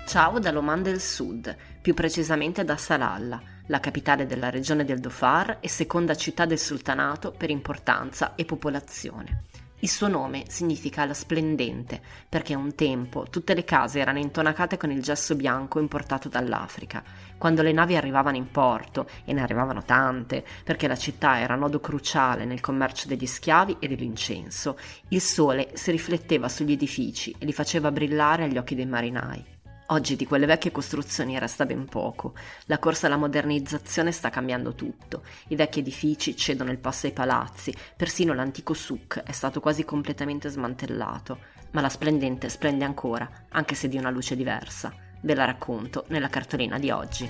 Ciao dall'Oman del Sud, più precisamente da Salalah, la capitale della regione del Dhofar e seconda città del sultanato per importanza e popolazione. Il suo nome significa la splendente, perché un tempo tutte le case erano intonacate con il gesso bianco importato dall'Africa. Quando le navi arrivavano in porto, e ne arrivavano tante, perché la città era nodo cruciale nel commercio degli schiavi e dell'incenso, il sole si rifletteva sugli edifici e li faceva brillare agli occhi dei marinai. Oggi di quelle vecchie costruzioni resta ben poco. La corsa alla modernizzazione sta cambiando tutto. I vecchi edifici cedono il passo ai palazzi, persino l'antico souk è stato quasi completamente smantellato. Ma la splendente splende ancora, anche se di una luce diversa. Ve la racconto nella cartolina di oggi.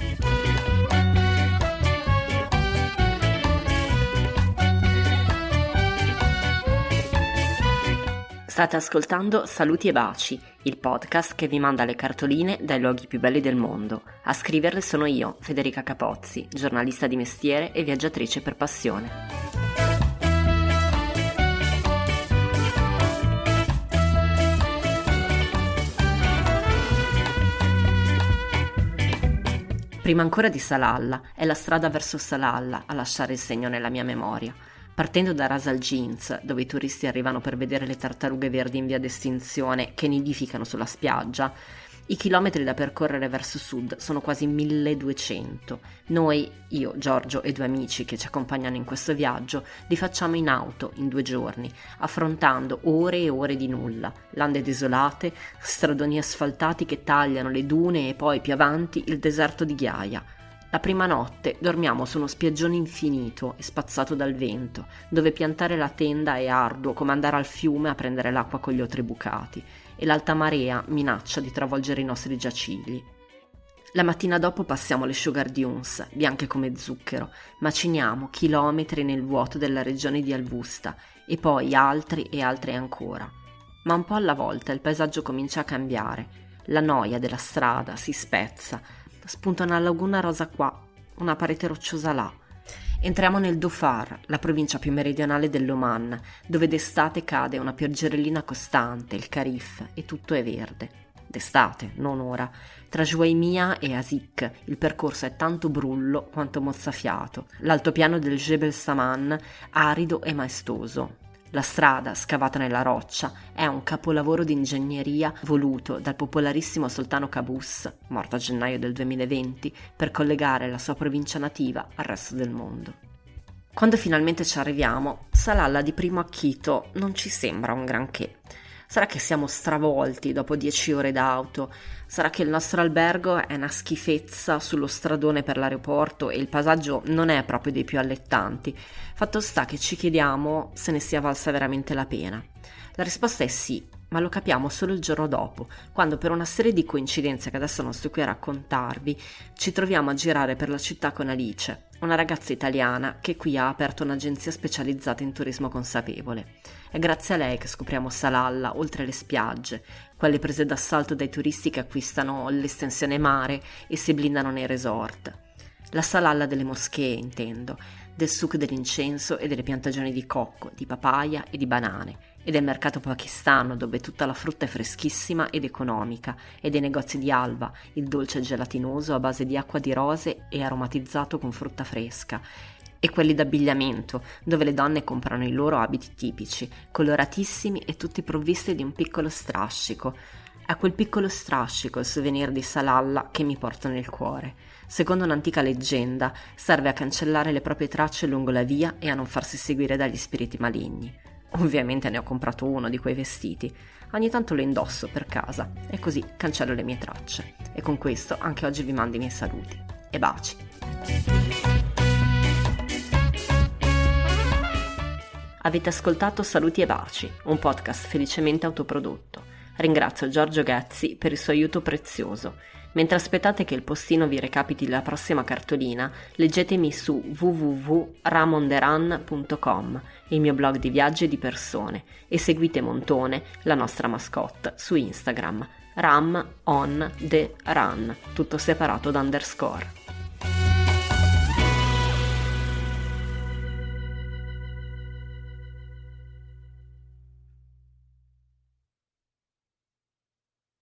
State ascoltando Saluti e Baci, il podcast che vi manda le cartoline dai luoghi più belli del mondo. A scriverle sono io, Federica Capozzi, giornalista di mestiere e viaggiatrice per passione. Prima ancora di Salalah, è la strada verso Salalah a lasciare il segno nella mia memoria. Partendo da Ras Al Ginz, dove i turisti arrivano per vedere le tartarughe verdi in via d'estinzione che nidificano sulla spiaggia, i chilometri da percorrere verso sud sono quasi 1200. Noi, io, Giorgio e 2 amici che ci accompagnano in questo viaggio, li facciamo in auto in 2 giorni, affrontando ore e ore di nulla, lande desolate, stradoni asfaltati che tagliano le dune e poi più avanti il deserto di ghiaia. La prima notte dormiamo su uno spiaggione infinito e spazzato dal vento, dove piantare la tenda è arduo come andare al fiume a prendere l'acqua con gli otri bucati, e l'alta marea minaccia di travolgere i nostri giacigli. La mattina dopo passiamo le sugar dunes, bianche come zucchero, maciniamo chilometri nel vuoto della regione di Al-Wusta, e poi altri e altri ancora. Ma un po' alla volta il paesaggio comincia a cambiare, la noia della strada si spezza, spunta una laguna rosa qua, una parete rocciosa là. Entriamo nel Dhofar, la provincia più meridionale dell'Oman, dove d'estate cade una pioggerellina costante, il Karif, e tutto è verde. D'estate, non ora. Tra Juwaymia e Asik il percorso è tanto brullo quanto mozzafiato. L'altopiano del Jebel Saman, arido e maestoso. La strada, scavata nella roccia, è un capolavoro di ingegneria voluto dal popolarissimo sultano Qaboos, morto a gennaio del 2020, per collegare la sua provincia nativa al resto del mondo. Quando finalmente ci arriviamo, Salalah di primo acchito non ci sembra un granché. Sarà che siamo stravolti dopo 10 ore d'auto? Sarà che il nostro albergo è una schifezza sullo stradone per l'aeroporto e il paesaggio non è proprio dei più allettanti? Fatto sta che ci chiediamo se ne sia valsa veramente la pena. La risposta è sì, ma lo capiamo solo il giorno dopo, quando per una serie di coincidenze che adesso non sto qui a raccontarvi, ci troviamo a girare per la città con Alice, una ragazza italiana che qui ha aperto un'agenzia specializzata in turismo consapevole. È grazie a lei che scopriamo Salalah, oltre le spiagge, quelle prese d'assalto dai turisti che acquistano l'estensione mare e si blindano nei resort. La Salalah delle moschee, intendo, del souk dell'incenso e delle piantagioni di cocco, di papaya e di banane, e del mercato pakistano dove tutta la frutta è freschissima ed economica, e dei negozi di halva, il dolce gelatinoso a base di acqua di rose e aromatizzato con frutta fresca, e quelli d'abbigliamento, dove le donne comprano i loro abiti tipici, coloratissimi e tutti provvisti di un piccolo strascico. È quel piccolo strascico, il souvenir di Salalah, che mi porta nel cuore. Secondo un'antica leggenda, serve a cancellare le proprie tracce lungo la via e a non farsi seguire dagli spiriti maligni. Ovviamente ne ho comprato uno di quei vestiti. Ogni tanto lo indosso per casa e così cancello le mie tracce. E con questo anche oggi vi mando i miei saluti. E baci. Avete ascoltato Saluti e Baci, un podcast felicemente autoprodotto. Ringrazio Giorgio Ghezzi per il suo aiuto prezioso. Mentre aspettate che il postino vi recapiti la prossima cartolina, leggetemi su www.ramontheRun.com, il mio blog di viaggi e di persone, e seguite Montone, la nostra mascotte, su Instagram, Ram on the Run, tutto separato da underscore.